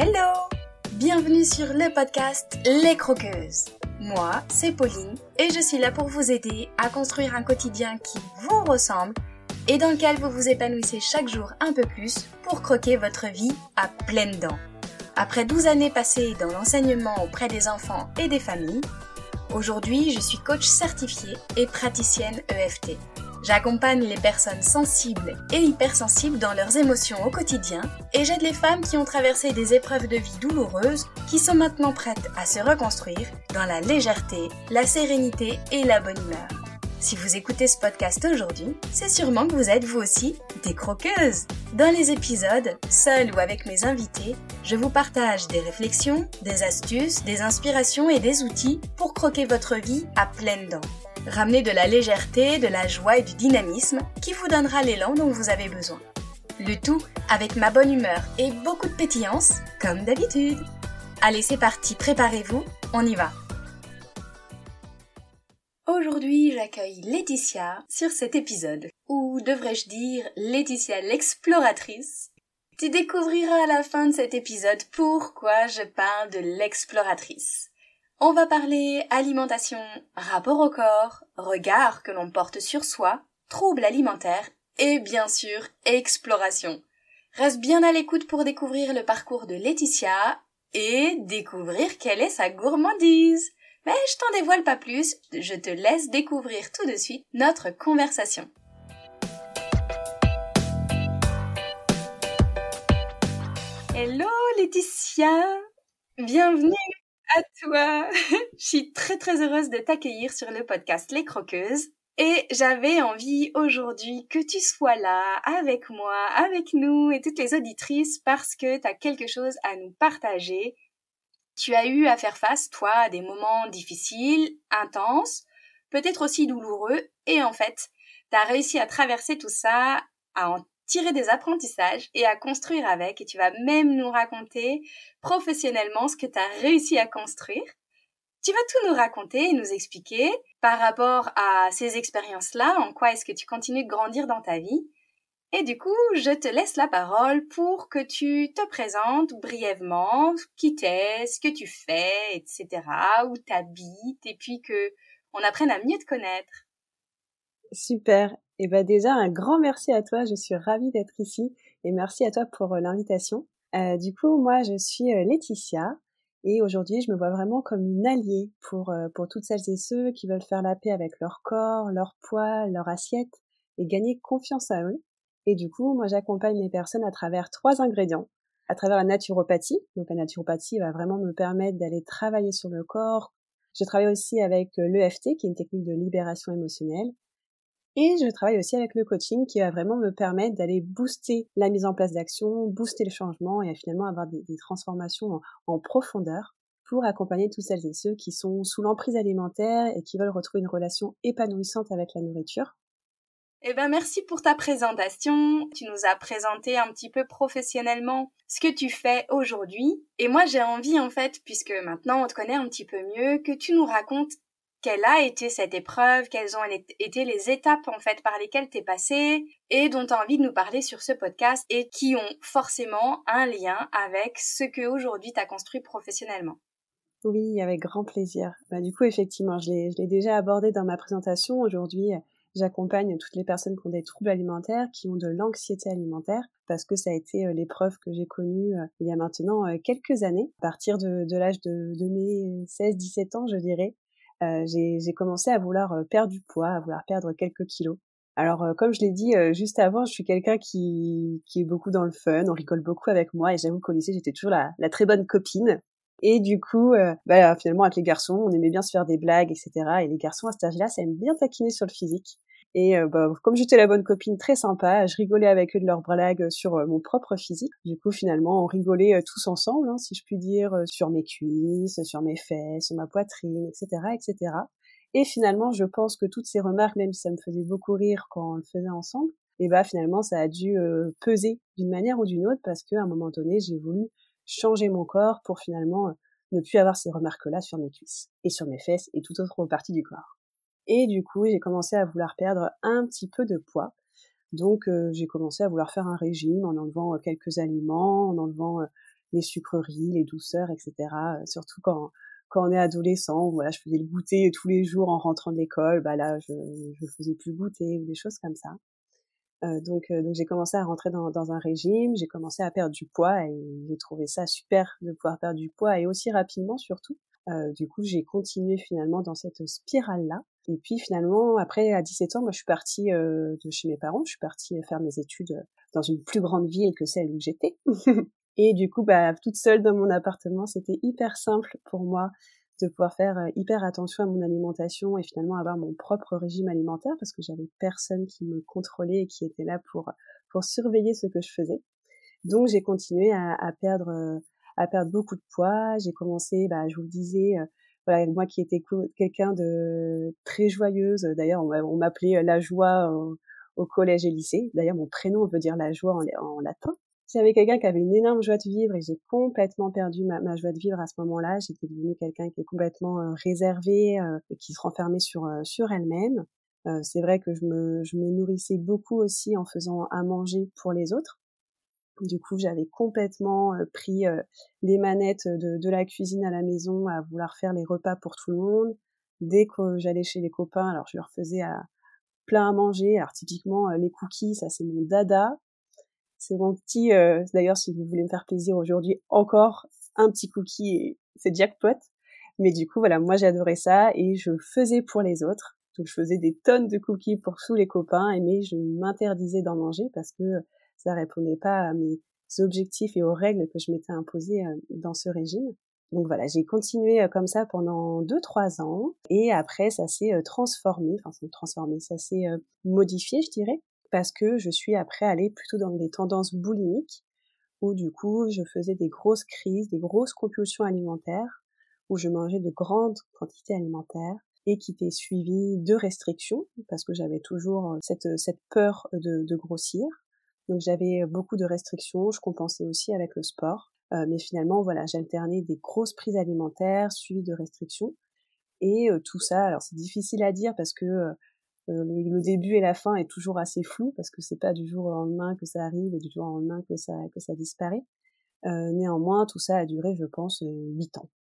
Hello! Bienvenue sur le podcast Les Croqueuses. Moi, c'est Pauline et je suis là pour vous aider à construire un quotidien qui vous ressemble et dans lequel vous vous épanouissez chaque jour un peu plus pour croquer votre vie à pleines dents. Après 12 années passées dans l'enseignement auprès des enfants et des familles, aujourd'hui je suis coach certifiée et praticienne EFT. J'accompagne les personnes sensibles et hypersensibles dans leurs émotions au quotidien et j'aide les femmes qui ont traversé des épreuves de vie douloureuses qui sont maintenant prêtes à se reconstruire dans la légèreté, la sérénité et la bonne humeur. Si vous écoutez ce podcast aujourd'hui, c'est sûrement que vous êtes vous aussi des croqueuses. Dans les épisodes, seule ou avec mes invités, je vous partage des réflexions, des astuces, des inspirations et des outils pour croquer votre vie à pleines dents. Ramenez de la légèreté, de la joie et du dynamisme qui vous donnera l'élan dont vous avez besoin. Le tout avec ma bonne humeur et beaucoup de pétillance, comme d'habitude. Allez, c'est parti, préparez-vous, on y va. Aujourd'hui, j'accueille Laetitia sur cet épisode, ou devrais-je dire Laetitia l'exploratrice. Tu découvriras à la fin de cet épisode pourquoi je parle de l'exploratrice. On va parler alimentation, rapport au corps, regard que l'on porte sur soi, troubles alimentaires et bien sûr exploration. Reste bien à l'écoute pour découvrir le parcours de Laetitia et découvrir quelle est sa gourmandise. Mais je t'en dévoile pas plus, je te laisse découvrir tout de suite notre conversation. Hello Laetitia, bienvenue à toi. Je suis très heureuse de t'accueillir sur le podcast Les Croqueuses et j'avais envie aujourd'hui que tu sois là avec moi, avec nous et toutes les auditrices parce que tu as quelque chose à nous partager. Tu as eu à faire face, toi, à des moments difficiles, intenses, peut-être aussi douloureux et en fait, tu as réussi à traverser tout ça, à en tirer des apprentissages et à construire avec et tu vas même nous raconter professionnellement ce que tu as réussi à construire. Tu vas tout nous raconter et nous expliquer par rapport à ces expériences-là, en quoi est-ce que tu continues de grandir dans ta vie. Et du coup, je te laisse la parole pour que tu te présentes brièvement, qui t'es, ce que tu fais, etc., où t'habites, et puis que on apprenne à mieux te connaître. Super. Et déjà, un grand merci à toi. Je suis ravie d'être ici et merci à toi pour l'invitation. Du coup, moi, je suis Laetitia et aujourd'hui, je me vois vraiment comme une alliée pour toutes celles et ceux qui veulent faire la paix avec leur corps, leur poids, leur assiette et gagner confiance à eux. Et du coup, moi, j'accompagne les personnes à travers 3 ingrédients. À travers la naturopathie. Donc, la naturopathie va vraiment me permettre d'aller travailler sur le corps. Je travaille aussi avec l'EFT, qui est une technique de libération émotionnelle. Et je travaille aussi avec le coaching qui va vraiment me permettre d'aller booster la mise en place d'actions, booster le changement et finalement avoir des transformations en profondeur pour accompagner toutes celles et ceux qui sont sous l'emprise alimentaire et qui veulent retrouver une relation épanouissante avec la nourriture. Merci pour ta présentation. Tu nous as présenté un petit peu professionnellement ce que tu fais aujourd'hui. Et moi, j'ai envie, en fait, puisque maintenant on te connaît un petit peu mieux, que tu nous racontes quelle a été cette épreuve, quelles ont été les étapes en fait par lesquelles t'es passée et dont tu as envie de nous parler sur ce podcast et qui ont forcément un lien avec ce que aujourd'hui t'as construit professionnellement. Oui, avec grand plaisir. Du coup, effectivement, je l'ai déjà abordé dans ma présentation. Aujourd'hui, j'accompagne toutes les personnes qui ont des troubles alimentaires, qui ont de l'anxiété alimentaire, parce que ça a été l'épreuve que j'ai connue il y a maintenant quelques années, à partir de l'âge de mes 16-17 ans, je dirais. J'ai commencé à vouloir perdre du poids, à vouloir perdre quelques kilos. Alors, comme je l'ai dit juste avant, je suis quelqu'un qui est beaucoup dans le fun, on rigole beaucoup avec moi, et j'avoue qu'au lycée, j'étais toujours la très bonne copine. Et du coup, finalement, avec les garçons, on aimait bien se faire des blagues, etc. Et les garçons, à cet âge-là, ça aime bien taquiner sur le physique. Et comme j'étais la bonne copine très sympa, je rigolais avec eux de leurs blagues sur mon propre physique. Du coup, finalement, on rigolait tous ensemble, hein, si je puis dire, sur mes cuisses, sur mes fesses, sur ma poitrine, etc., etc. Et finalement, je pense que toutes ces remarques, même si ça me faisait beaucoup rire quand on le faisait ensemble, et finalement, ça a dû peser d'une manière ou d'une autre parce qu'à un moment donné, j'ai voulu changer mon corps pour finalement ne plus avoir ces remarques-là sur mes cuisses et sur mes fesses et toute autre partie du corps. Et du coup, j'ai commencé à vouloir perdre un petit peu de poids. Donc, j'ai commencé à vouloir faire un régime en enlevant quelques aliments, en enlevant les sucreries, les douceurs, etc. Surtout quand on est adolescent, voilà, je faisais le goûter tous les jours en rentrant de l'école, bah là, je faisais plus le goûter ou des choses comme ça. Donc j'ai commencé à rentrer dans un régime, j'ai commencé à perdre du poids et j'ai trouvé ça super de pouvoir perdre du poids et aussi rapidement surtout. Du coup, j'ai continué finalement dans cette spirale-là. Et puis finalement, après, à 17 ans, moi, je suis partie de chez mes parents. Je suis partie faire mes études dans une plus grande ville que celle où j'étais. Et du coup, bah, toute seule dans mon appartement, c'était hyper simple pour moi de pouvoir faire hyper attention à mon alimentation et finalement avoir mon propre régime alimentaire parce que j'avais personne qui me contrôlait et qui était là pour surveiller ce que je faisais. Donc j'ai continué à perdre beaucoup de poids. J'ai commencé, bah, je vous le disais, voilà, moi qui étais quelqu'un de très joyeuse. D'ailleurs, on m'appelait la joie au collège et lycée. D'ailleurs, mon prénom veut dire la joie en latin. J'avais quelqu'un qui avait une énorme joie de vivre et j'ai complètement perdu ma joie de vivre à ce moment-là. J'étais devenue quelqu'un qui est complètement réservé et qui se renfermait sur elle-même. C'est vrai que je me nourrissais beaucoup aussi en faisant à manger pour les autres. Du coup, j'avais complètement pris les manettes de la cuisine à la maison à vouloir faire les repas pour tout le monde. Dès que j'allais chez les copains, alors je leur faisais plein à manger. Alors typiquement, les cookies, ça c'est mon dada. C'est mon petit... d'ailleurs, si vous voulez me faire plaisir aujourd'hui, encore un petit cookie, et c'est jackpot. Mais du coup, voilà, moi j'adorais ça et je faisais pour les autres. Donc je faisais des tonnes de cookies pour tous les copains, mais je m'interdisais d'en manger parce que ça répondait pas à mes objectifs et aux règles que je m'étais imposées dans ce régime. Donc voilà, j'ai continué comme ça pendant 2-3 ans et après ça s'est transformé, ça s'est modifié, je dirais, parce que je suis après allée plutôt dans des tendances boulimiques où du coup je faisais des grosses crises, des grosses compulsions alimentaires, où je mangeais de grandes quantités alimentaires et qui étaient suivies de restrictions parce que j'avais toujours cette peur de grossir. Donc j'avais beaucoup de restrictions, je compensais aussi avec le sport. Mais finalement, voilà, j'alternais des grosses prises alimentaires suivies de restrictions. Et tout ça, alors c'est difficile à dire parce que le début et la fin est toujours assez flou parce que c'est pas du jour au lendemain que ça arrive et du jour au lendemain que ça disparaît. Néanmoins, tout ça a duré, je pense, 8 ans.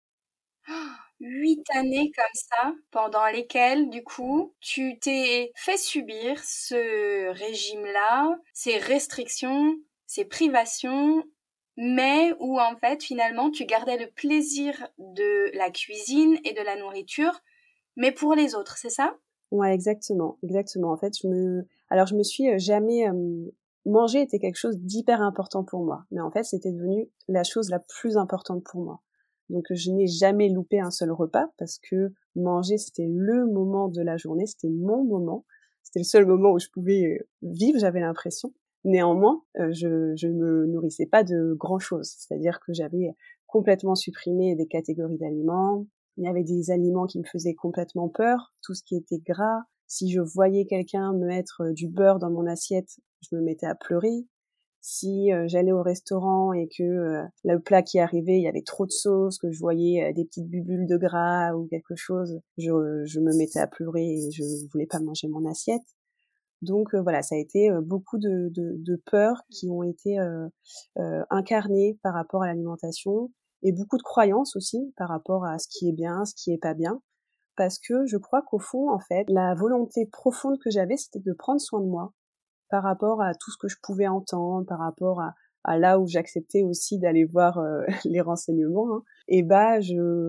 8 années comme ça, pendant lesquelles, du coup, tu t'es fait subir ce régime-là, ces restrictions, ces privations, mais où en fait, finalement, tu gardais le plaisir de la cuisine et de la nourriture, mais pour les autres, c'est ça? Ouais, exactement, exactement. En fait, je me suis jamais manger était quelque chose d'hyper important pour moi, mais en fait, c'était devenu la chose la plus importante pour moi. Donc, je n'ai jamais loupé un seul repas parce que manger, c'était le moment de la journée, c'était mon moment, c'était le seul moment où je pouvais vivre, j'avais l'impression. Néanmoins, je me nourrissais pas de grand chose, c'est-à-dire que j'avais complètement supprimé des catégories d'aliments. Il y avait des aliments qui me faisaient complètement peur, tout ce qui était gras. Si je voyais quelqu'un me mettre du beurre dans mon assiette, je me mettais à pleurer. Si j'allais au restaurant et que le plat qui arrivait, il y avait trop de sauce, que je voyais des petites bulles de gras ou quelque chose, je me mettais à pleurer et je voulais pas manger mon assiette. Donc voilà, ça a été beaucoup de peurs qui ont été incarnées par rapport à l'alimentation et beaucoup de croyances aussi par rapport à ce qui est bien, ce qui est pas bien. Parce que je crois qu'au fond, en fait, la volonté profonde que j'avais, c'était de prendre soin de moi par rapport à tout ce que je pouvais entendre, par rapport à là où j'acceptais aussi d'aller voir les renseignements. Hein. Et bah,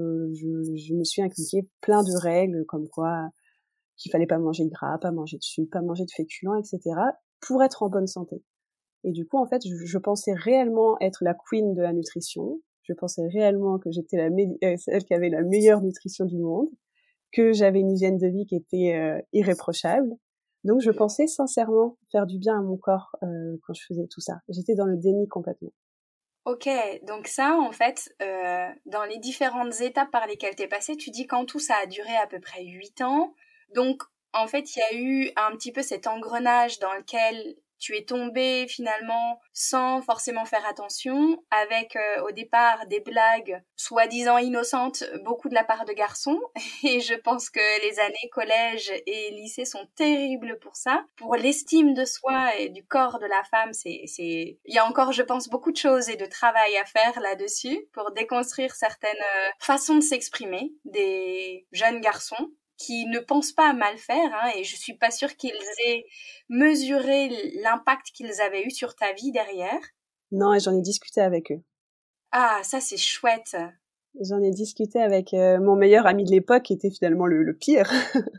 je me suis inculqué plein de règles comme quoi qu'il fallait pas manger de gras, pas manger de sucre, pas manger de féculents, etc. pour être en bonne santé. Et du coup, en fait, je pensais réellement être la queen de la nutrition. Je pensais réellement que j'étais celle qui avait la meilleure nutrition du monde, que j'avais une hygiène de vie qui était irréprochable. Donc, je pensais sincèrement faire du bien à mon corps quand je faisais tout ça. J'étais dans le déni complètement. Ok, donc ça, en fait, dans les différentes étapes par lesquelles t'es passée, tu dis qu'en tout, ça a duré à peu près 8 ans. Donc, en fait, il y a eu un petit peu cet engrenage dans lequel tu es tombée finalement sans forcément faire attention, avec au départ des blagues soi-disant innocentes, beaucoup de la part de garçons. Et je pense que les années collège et lycée sont terribles pour ça. Pour l'estime de soi et du corps de la femme, il y a encore, je pense, beaucoup de choses et de travail à faire là-dessus pour déconstruire certaines façons de s'exprimer des jeunes garçons qui ne pensent pas à mal faire, hein, et je suis pas sûre qu'ils aient mesuré l'impact qu'ils avaient eu sur ta vie derrière. Non, et j'en ai discuté avec eux. Ah, ça c'est chouette. J'en ai discuté avec mon meilleur ami de l'époque, qui était finalement le pire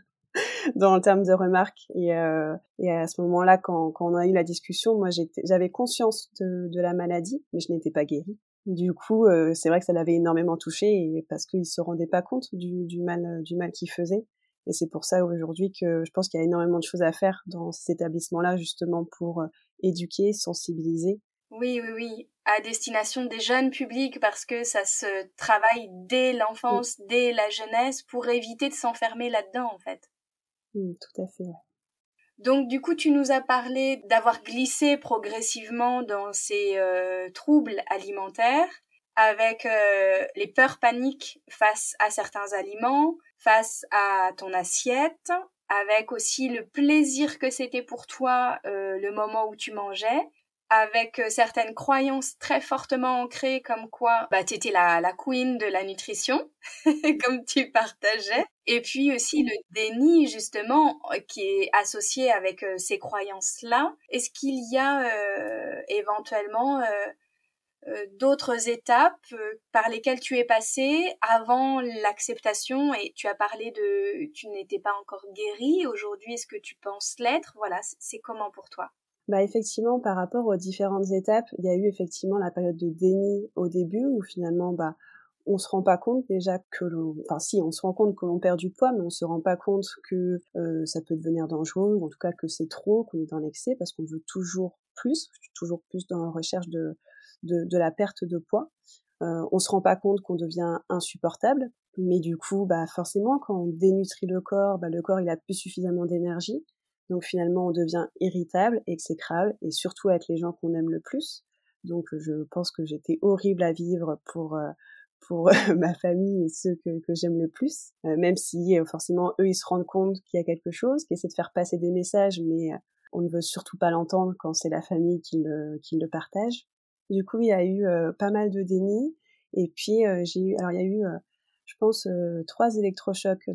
dans le terme de remarques. Et à ce moment-là, quand on a eu la discussion, moi j'avais conscience de la maladie, mais je n'étais pas guérie. Du coup, c'est vrai que ça l'avait énormément touché, et parce qu'il se rendait pas compte du mal qu'il faisait. Et c'est pour ça aujourd'hui que je pense qu'il y a énormément de choses à faire dans ces établissements-là, justement pour éduquer, sensibiliser. Oui, à destination des jeunes publics, parce que ça se travaille dès l'enfance, dès la jeunesse, pour éviter de s'enfermer là-dedans, en fait. Tout à fait, ouais. Donc du coup, tu nous as parlé d'avoir glissé progressivement dans ces troubles alimentaires, avec les peurs paniques face à certains aliments, face à ton assiette, avec aussi le plaisir que c'était pour toi le moment où tu mangeais, avec certaines croyances très fortement ancrées comme quoi t'étais la queen de la nutrition, comme tu partageais. Et puis aussi le déni, justement, qui est associé avec ces croyances-là. Est-ce qu'il y a éventuellement d'autres étapes par lesquelles tu es passé avant l'acceptation, et tu as parlé de tu n'étais pas encore guérie, aujourd'hui est-ce que tu penses l'être? Voilà, c'est comment pour toi? Effectivement, par rapport aux différentes étapes, il y a eu effectivement la période de déni au début où finalement, on se rend pas compte déjà si, on se rend compte que l'on perd du poids, mais on se rend pas compte que ça peut devenir dangereux, ou en tout cas que c'est trop, qu'on est dans l'excès, parce qu'on veut toujours plus dans la recherche de la perte de poids. On se rend pas compte qu'on devient insupportable, mais du coup, forcément, quand on dénutrit le corps il a plus suffisamment d'énergie. Donc finalement, on devient irritable, exécrable, et surtout avec les gens qu'on aime le plus. Donc je pense que j'étais horrible à vivre pour ma famille et ceux que j'aime le plus. Même si forcément, eux, ils se rendent compte qu'il y a quelque chose, qu'ils essaient de faire passer des messages, mais on ne veut surtout pas l'entendre quand c'est la famille qui le partage. Du coup, il y a eu pas mal de déni. Et puis, il y a eu, je pense, 3 électrochocs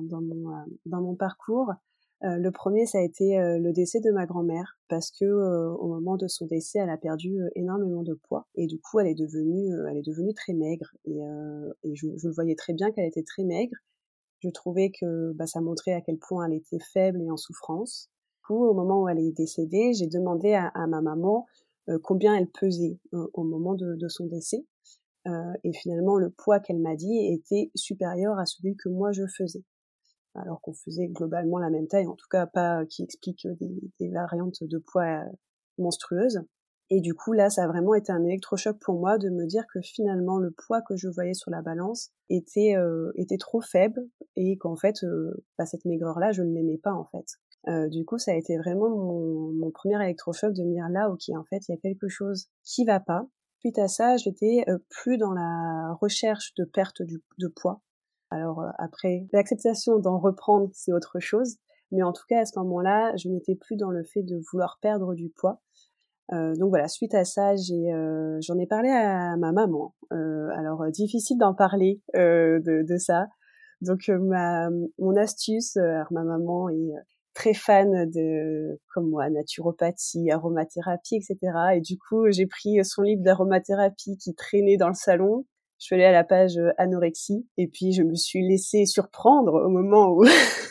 dans mon parcours. Le premier, ça a été le décès de ma grand-mère, parce que au moment de son décès, elle a perdu énormément de poids, et du coup, elle est devenue très maigre, et je le voyais très bien qu'elle était très maigre. Je trouvais que ça montrait à quel point elle était faible et en souffrance. Du coup, au moment où elle est décédée, j'ai demandé à ma maman combien elle pesait au moment de son décès. Et finalement, le poids qu'elle m'a dit était supérieur à celui que moi je faisais, alors qu'on faisait globalement la même taille, en tout cas pas qui explique des variantes de poids monstrueuses. Et du coup, là, ça a vraiment été un électrochoc pour moi de me dire que finalement, le poids que je voyais sur la balance était trop faible, et qu'en fait, cette maigreur-là, je ne l'aimais pas, en fait. Du coup, ça a été vraiment mon premier électrochoc de me dire là, ok, en fait, il y a quelque chose qui va pas. Suite à ça, j'étais plus dans la recherche de perte de poids. Alors après, l'acceptation d'en reprendre, c'est autre chose. Mais en tout cas, à ce moment-là, je n'étais plus dans le fait de vouloir perdre du poids. Donc voilà, suite à ça, j'en ai parlé à ma maman. Alors difficile d'en parler de ça. Donc mon astuce, alors ma maman est très fan comme moi, naturopathie, aromathérapie, etc. Et du coup, j'ai pris son livre d'aromathérapie qui traînait dans le salon. Je suis allée à la page anorexie, et puis je me suis laissée surprendre au moment où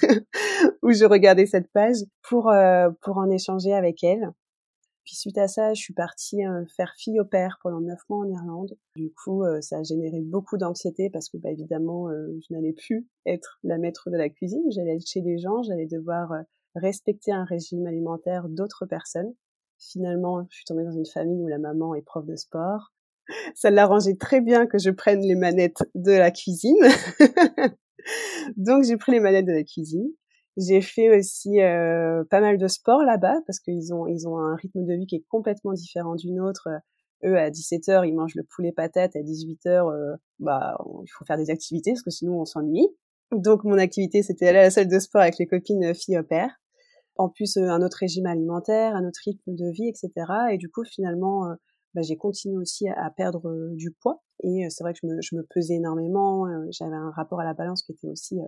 où je regardais cette page pour en échanger avec elle. Puis suite à ça, je suis partie faire fille au père pendant 9 mois en Irlande. Du coup, ça a généré beaucoup d'anxiété, parce que évidemment, je n'allais plus être la maître de la cuisine. J'allais être chez les gens, j'allais devoir respecter un régime alimentaire d'autres personnes. Finalement, je suis tombée dans une famille où la maman est prof de sport. Ça l'arrangeait très bien que je prenne les manettes de la cuisine. Donc j'ai pris les manettes de la cuisine. J'ai fait aussi pas mal de sport là-bas parce qu'ils ont un rythme de vie qui est complètement différent du nôtre. Eux, à 17h, ils mangent le poulet patate. À 18h, il faut faire des activités parce que sinon on s'ennuie. Donc mon activité, c'était aller à la salle de sport avec les copines filles au pair. En plus, un autre régime alimentaire, un autre rythme de vie, etc. Et du coup, finalement, j'ai continué aussi à perdre du poids. Et c'est vrai que je me pesais énormément. J'avais un rapport à la balance qui était aussi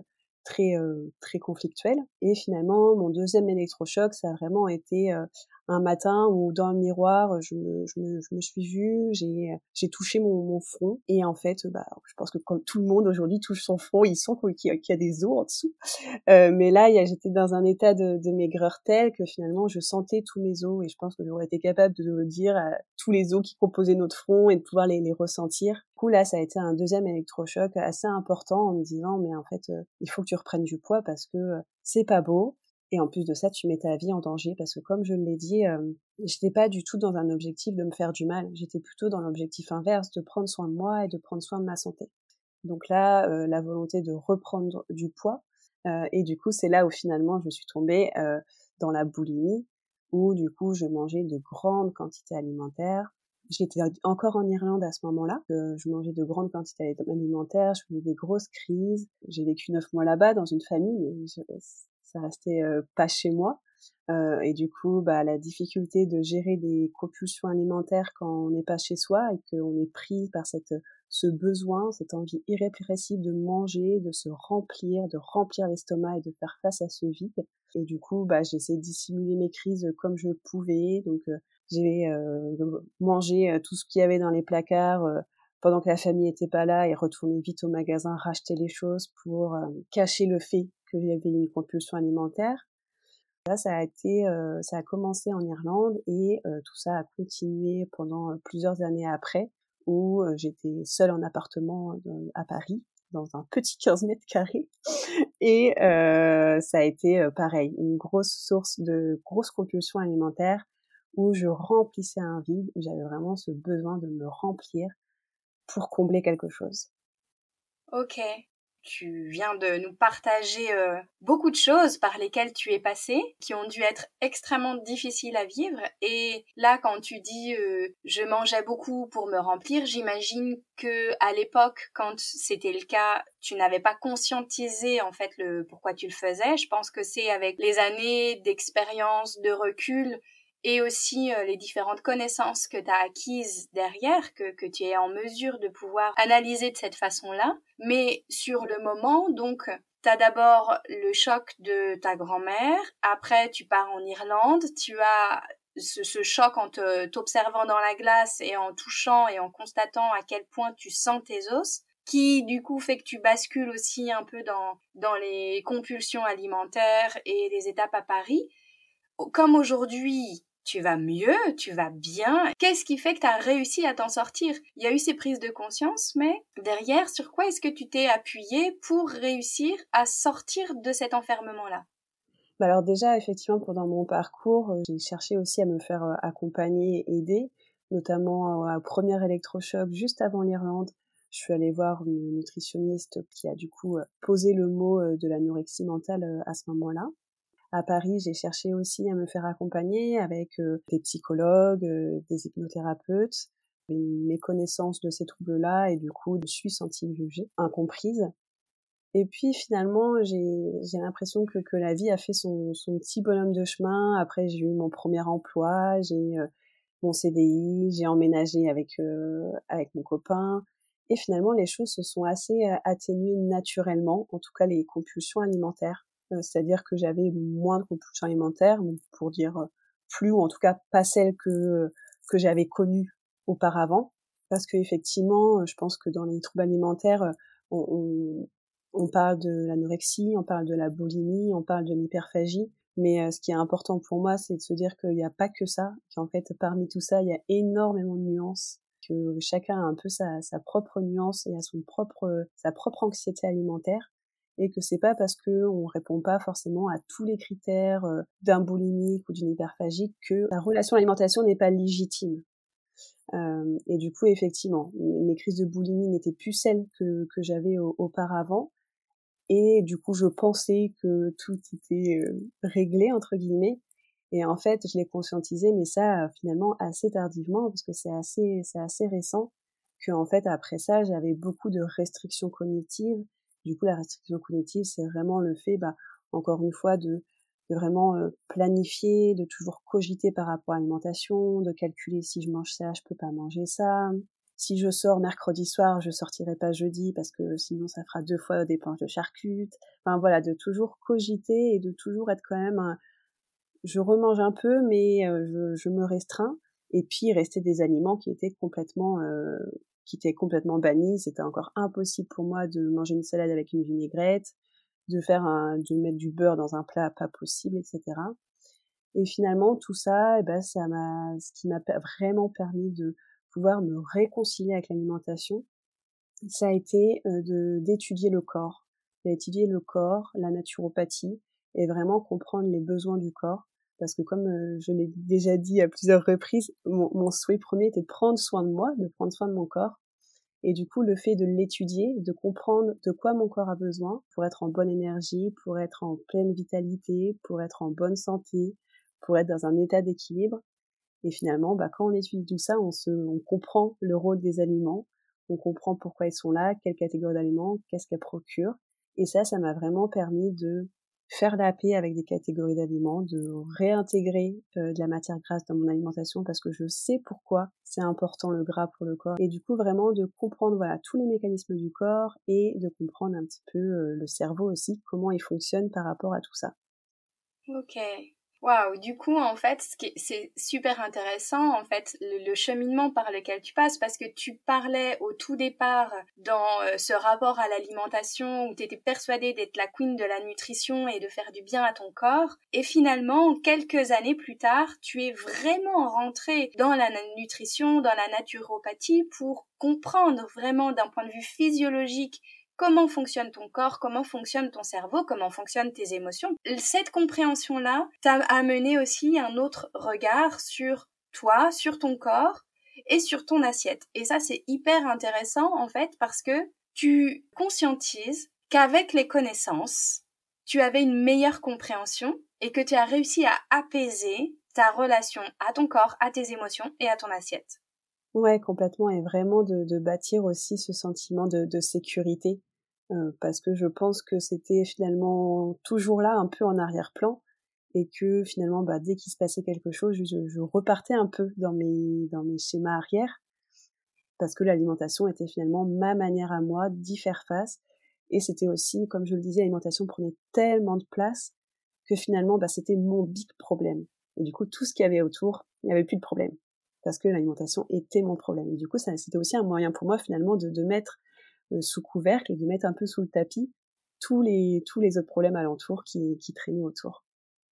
très conflictuel. Et finalement, mon deuxième électrochoc, ça a vraiment été un matin où dans le miroir, je me suis vue, j'ai touché mon front. Et en fait, je pense que comme tout le monde aujourd'hui touche son front, il sent qu'il y a des os en dessous. Mais là, j'étais dans un état de maigreur tel que finalement, je sentais tous mes os et je pense que j'aurais été capable de dire tous les os qui composaient notre front et de pouvoir les ressentir. Du coup, là, ça a été un deuxième électrochoc assez important en me disant, mais en fait, il faut que tu reprennes du poids parce que c'est pas beau. Et en plus de ça, tu mets ta vie en danger parce que comme je l'ai dit, j'étais pas du tout dans un objectif de me faire du mal. J'étais plutôt dans l'objectif inverse, de prendre soin de moi et de prendre soin de ma santé. Donc là, la volonté de reprendre du poids, et du coup, c'est là où finalement je suis tombée dans la boulimie, où du coup je mangeais de grandes quantités alimentaires. J'étais encore en Irlande à ce moment-là, je mangeais de grandes quantités alimentaires, je faisais des grosses crises. J'ai vécu 9 mois là-bas dans une famille, mais ça restait pas chez moi. Et du coup, la difficulté de gérer des compulsions alimentaires quand on n'est pas chez soi et qu'on est pris par ce besoin, cette envie irrépressible de manger, de se remplir, de remplir l'estomac et de faire face à ce vide. Et du coup, j'ai essayé de dissimuler mes crises comme je pouvais. Donc, j'ai mangé tout ce qu'il y avait dans les placards pendant que la famille était pas là et retourner vite au magasin, racheter les choses pour cacher le fait qu'il y avait une compulsion alimentaire. Là, ça a commencé en Irlande et tout ça a continué pendant plusieurs années après, où j'étais seule en appartement à Paris, dans un petit 15 mètres carrés. Et ça a été pareil, une grosse source de grosses compulsions alimentaires où je remplissais un vide, où j'avais vraiment ce besoin de me remplir pour combler quelque chose. Ok, tu viens de nous partager beaucoup de choses par lesquelles tu es passée, qui ont dû être extrêmement difficiles à vivre. Et là, quand tu dis je mangeais beaucoup pour me remplir, j'imagine que à l'époque, quand c'était le cas, tu n'avais pas conscientisé en fait le pourquoi tu le faisais. Je pense que c'est avec les années d'expérience, de recul et aussi les différentes connaissances que tu as acquises derrière, que tu es en mesure de pouvoir analyser de cette façon-là. Mais sur le moment, donc, tu as d'abord le choc de ta grand-mère, après tu pars en Irlande, tu as ce choc en t'observant dans la glace et en touchant et en constatant à quel point tu sens tes os, qui du coup fait que tu bascules aussi un peu dans les compulsions alimentaires et les étapes à Paris. Comme aujourd'hui, tu vas mieux, tu vas bien. Qu'est-ce qui fait que tu as réussi à t'en sortir? Il y a eu ces prises de conscience, mais derrière, sur quoi est-ce que tu t'es appuyé pour réussir à sortir de cet enfermement-là? Alors déjà, effectivement, pendant mon parcours, j'ai cherché aussi à me faire accompagner et aider, notamment au premier électrochoc juste avant l'Irlande. Je suis allée voir une nutritionniste qui a du coup posé le mot de l'anorexie mentale à ce moment-là. À Paris, j'ai cherché aussi à me faire accompagner avec des psychologues, des hypnothérapeutes, une méconnaissance de ces troubles-là et du coup, je me suis sentie jugée, incomprise. Et puis finalement, j'ai l'impression que la vie a fait son petit bonhomme de chemin. Après, j'ai eu mon premier emploi, j'ai mon CDI, j'ai emménagé avec mon copain. Et finalement, les choses se sont assez atténuées naturellement, en tout cas les compulsions alimentaires. C'est-à-dire que j'avais moins de compulsions alimentaires, pour dire plus, ou en tout cas pas celles que j'avais connues auparavant. Parce que effectivement, je pense que dans les troubles alimentaires, on parle de l'anorexie, on parle de la boulimie, on parle de l'hyperphagie. Mais ce qui est important pour moi, c'est de se dire qu'il n'y a pas que ça, qu'en fait, parmi tout ça, il y a énormément de nuances, que chacun a un peu sa propre nuance et a sa propre anxiété alimentaire, et que c'est pas parce qu'on répond pas forcément à tous les critères d'un boulimique ou d'une hyperphagique que la relation à l'alimentation n'est pas légitime. Et du coup, effectivement, mes crises de boulimie n'étaient plus celles que j'avais auparavant. Et du coup, je pensais que tout était réglé entre guillemets. Et en fait, je l'ai conscientisé, mais ça finalement assez tardivement, parce que c'est assez récent. Que en fait, après ça, j'avais beaucoup de restrictions cognitives. Du coup, la restriction cognitive, c'est vraiment le fait, encore une fois, de vraiment planifier, de toujours cogiter par rapport à l'alimentation, de calculer si je mange ça, je peux pas manger ça. Si je sors mercredi soir, je sortirai pas jeudi parce que sinon ça fera 2 fois des planches de charcutes. Enfin voilà, de toujours cogiter et de toujours être quand même je remange un peu, mais je me restreins. Et puis il restait des aliments qui étaient complètement bannis. C'était encore impossible pour moi de manger une salade avec une vinaigrette, de mettre du beurre dans un plat, pas possible, etc. Et finalement, tout ça, ce qui m'a vraiment permis de pouvoir me réconcilier avec l'alimentation, ça a été d'étudier le corps, d'étudier le corps, la naturopathie, et vraiment comprendre les besoins du corps. Parce que comme je l'ai déjà dit à plusieurs reprises, mon souhait premier était de prendre soin de moi, de prendre soin de mon corps. Et du coup, le fait de l'étudier, de comprendre de quoi mon corps a besoin pour être en bonne énergie, pour être en pleine vitalité, pour être en bonne santé, pour être dans un état d'équilibre. Et finalement, quand on étudie tout ça, on comprend le rôle des aliments, on comprend pourquoi ils sont là, quelle catégorie d'aliments, qu'est-ce qu'elles procurent. Et ça m'a vraiment permis de faire la paix avec des catégories d'aliments, de réintégrer de la matière grasse dans mon alimentation parce que je sais pourquoi c'est important le gras pour le corps. Et du coup, vraiment de comprendre tous les mécanismes du corps et de comprendre un petit peu le cerveau aussi, comment il fonctionne par rapport à tout ça. Ok. Waouh, du coup, en fait, c'est super intéressant, en fait, le cheminement par lequel tu passes, parce que tu parlais au tout départ dans ce rapport à l'alimentation où tu étais persuadée d'être la queen de la nutrition et de faire du bien à ton corps. Et finalement, quelques années plus tard, tu es vraiment rentrée dans la nutrition, dans la naturopathie pour comprendre vraiment d'un point de vue physiologique comment fonctionne ton corps, comment fonctionne ton cerveau, comment fonctionnent tes émotions. Cette compréhension-là t'a amené aussi un autre regard sur toi, sur ton corps et sur ton assiette. Et ça, c'est hyper intéressant, en fait, parce que tu conscientises qu'avec les connaissances, tu avais une meilleure compréhension et que tu as réussi à apaiser ta relation à ton corps, à tes émotions et à ton assiette. Ouais, complètement, et vraiment de bâtir aussi ce sentiment de sécurité, parce que je pense que c'était finalement toujours là, un peu en arrière-plan, et que finalement, dès qu'il se passait quelque chose, je repartais un peu dans mes schémas arrière, parce que l'alimentation était finalement ma manière à moi d'y faire face. Et c'était aussi, comme je le disais, l'alimentation prenait tellement de place que finalement, c'était mon big problème. Et du coup, tout ce qu'il y avait autour, il n'y avait plus de problème. Parce que l'alimentation était mon problème. Et du coup, c'était aussi un moyen pour moi finalement de mettre sous couvercle et de mettre un peu sous le tapis tous les autres problèmes alentours qui traînaient autour.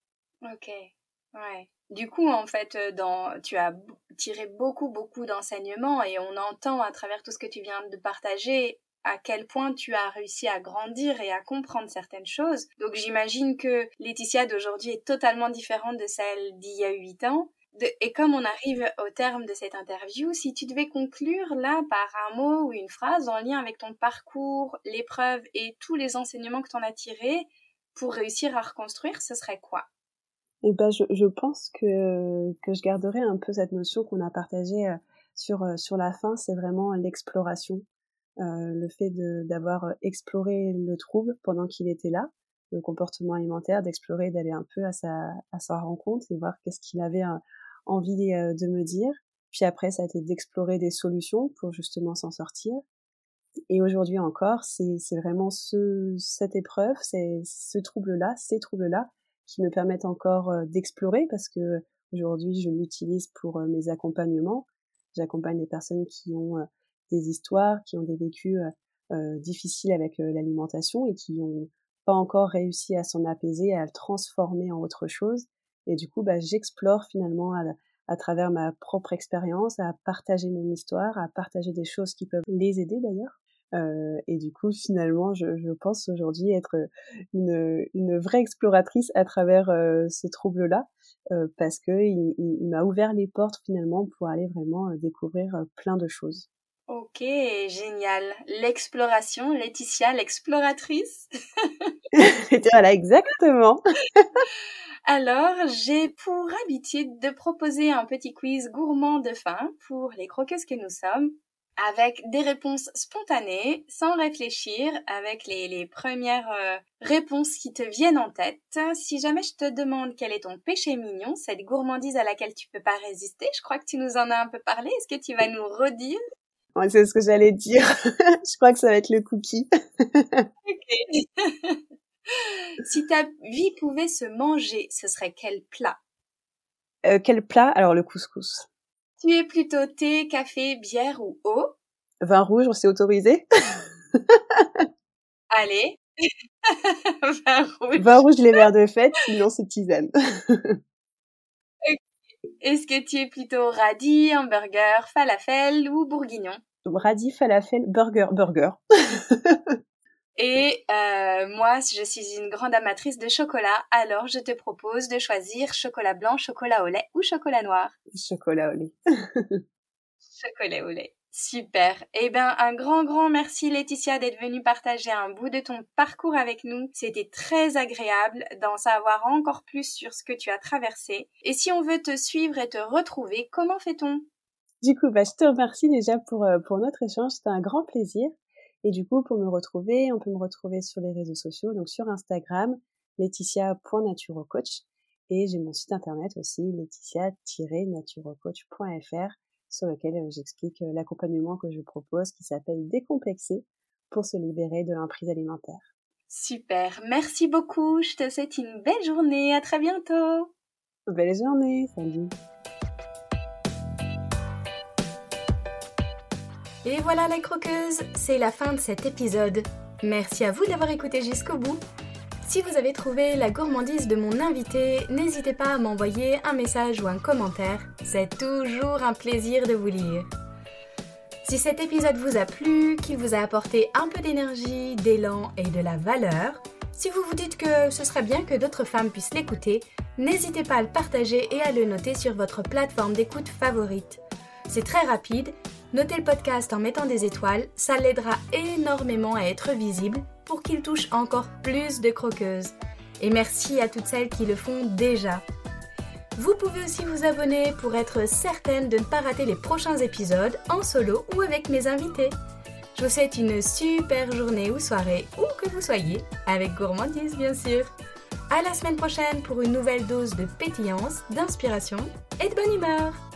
Ok, ouais. Du coup, en fait, tu as tiré beaucoup d'enseignements et on entend à travers tout ce que tu viens de partager à quel point tu as réussi à grandir et à comprendre certaines choses. Donc j'imagine que Laetitia d'aujourd'hui est totalement différente de celle d'il y a 8 ans. Et comme on arrive au terme de cette interview, si tu devais conclure là par un mot ou une phrase en lien avec ton parcours, l'épreuve et tous les enseignements que tu en as tirés pour réussir à reconstruire, ce serait quoi? Et je pense que je garderai un peu cette notion qu'on a partagée sur la fin, c'est vraiment l'exploration. Le fait d'avoir exploré le trouble pendant qu'il était là, le comportement alimentaire, d'explorer, d'aller un peu à sa rencontre et voir qu'est-ce qu'il avait envie de me dire. Puis après, ça a été d'explorer des solutions pour justement s'en sortir. Et aujourd'hui encore, c'est vraiment cette épreuve, c'est ce trouble-là, ces troubles-là, qui me permettent encore d'explorer, parce que aujourd'hui, je l'utilise pour mes accompagnements. J'accompagne des personnes qui ont des histoires, qui ont des vécus difficiles avec l'alimentation et qui n'ont pas encore réussi à s'en apaiser, à le transformer en autre chose. Et du coup, j'explore finalement à travers ma propre expérience, à partager mon histoire, à partager des choses qui peuvent les aider d'ailleurs. Et du coup, finalement, je pense aujourd'hui être une vraie exploratrice à travers ce trouble-là, parce que il m'a ouvert les portes finalement pour aller vraiment découvrir plein de choses. Ok, génial. L'exploration, Laetitia, l'exploratrice. Voilà, exactement. Alors, j'ai pour habitude de proposer un petit quiz gourmand de fin pour les croqueuses que nous sommes, avec des réponses spontanées, sans réfléchir, avec les premières réponses qui te viennent en tête. Si jamais je te demande quel est ton péché mignon, cette gourmandise à laquelle tu peux pas résister, je crois que tu nous en as un peu parlé, est-ce que tu vas nous redire? Ouais, c'est ce que j'allais dire. Je crois que ça va être le cookie. Ok. Si ta vie pouvait se manger, ce serait quel plat? Quel plat? Alors, le couscous. Tu es plutôt thé, café, bière ou eau? Vin rouge, on s'est autorisé? Allez. Vin rouge. Vin rouge, les verres de fête, sinon c'est tisane. Est-ce que tu es plutôt radis, hamburger, falafel ou bourguignon? Radis, falafel, burger. Et moi, je suis une grande amatrice de chocolat, alors je te propose de choisir chocolat blanc, chocolat au lait ou chocolat noir. Chocolat au lait. Chocolat au lait. Super. Eh bien, un grand merci Laetitia d'être venue partager un bout de ton parcours avec nous. C'était très agréable d'en savoir encore plus sur ce que tu as traversé. Et si on veut te suivre et te retrouver, comment fait-on? Du coup, je te remercie déjà pour notre échange. C'était un grand plaisir. Et du coup, pour me retrouver, on peut me retrouver sur les réseaux sociaux, donc sur Instagram, laetitia.naturocoach. Et j'ai mon site internet aussi, laetitia-naturocoach.fr, sur lequel j'explique l'accompagnement que je propose qui s'appelle Décomplexer pour se libérer de l'emprise alimentaire. Super, merci beaucoup. Je te souhaite une belle journée. À très bientôt. Belle journée, salut. Et voilà les croqueuses, c'est la fin de cet épisode. Merci à vous d'avoir écouté jusqu'au bout. Si vous avez trouvé la gourmandise de mon invité, n'hésitez pas à m'envoyer un message ou un commentaire. C'est toujours un plaisir de vous lire. Si cet épisode vous a plu, qu'il vous a apporté un peu d'énergie, d'élan et de la valeur, si vous vous dites que ce serait bien que d'autres femmes puissent l'écouter, n'hésitez pas à le partager et à le noter sur votre plateforme d'écoute favorite. C'est très rapide. Notez le podcast en mettant des étoiles, ça l'aidera énormément à être visible pour qu'il touche encore plus de croqueuses. Et merci à toutes celles qui le font déjà. Vous pouvez aussi vous abonner pour être certaine de ne pas rater les prochains épisodes en solo ou avec mes invités. Je vous souhaite une super journée ou soirée, où que vous soyez, avec gourmandise bien sûr. À la semaine prochaine pour une nouvelle dose de pétillance, d'inspiration et de bonne humeur.